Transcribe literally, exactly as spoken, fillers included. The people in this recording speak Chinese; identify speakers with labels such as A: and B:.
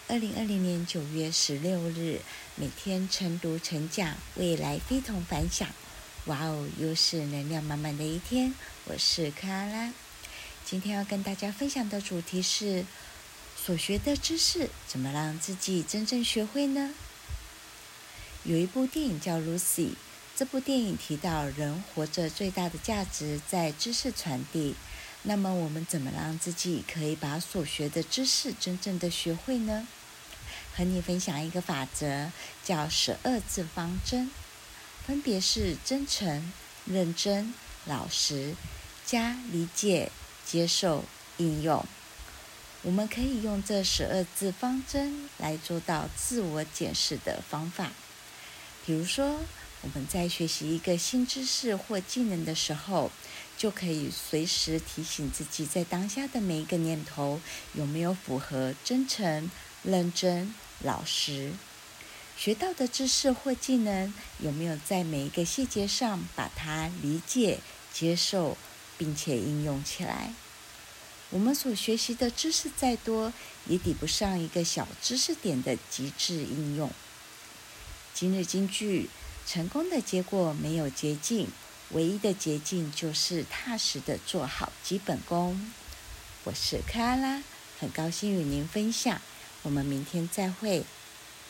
A: 二零二零年九月十六日，每天晨读晨讲，未来非同凡响。哇哦，又是能量满满的一天。我是克拉拉，今天要跟大家分享的主题是所学的知识怎么让自己真正学会呢？有一部电影叫《Lucy》，这部电影提到人活着最大的价值在知识传递。那么我们怎么让自己可以把所学的知识真正的学会呢？和你分享一个法则，叫十二字方针，分别是真诚、认真、老实、加理解、接受、应用。我们可以用这十二字方针来做到自我检视的方法。比如说，我们在学习一个新知识或技能的时候，就可以随时提醒自己，在当下的每一个念头有没有符合真诚、认真、老实。学到的知识或技能有没有在每一个细节上把它理解、接受，并且应用起来。我们所学习的知识再多，也抵不上一个小知识点的极致应用。今日金句：成功的结果没有捷径，唯一的捷径就是踏实的做好基本功。我是克拉拉，很高兴与您分享，我们明天再会。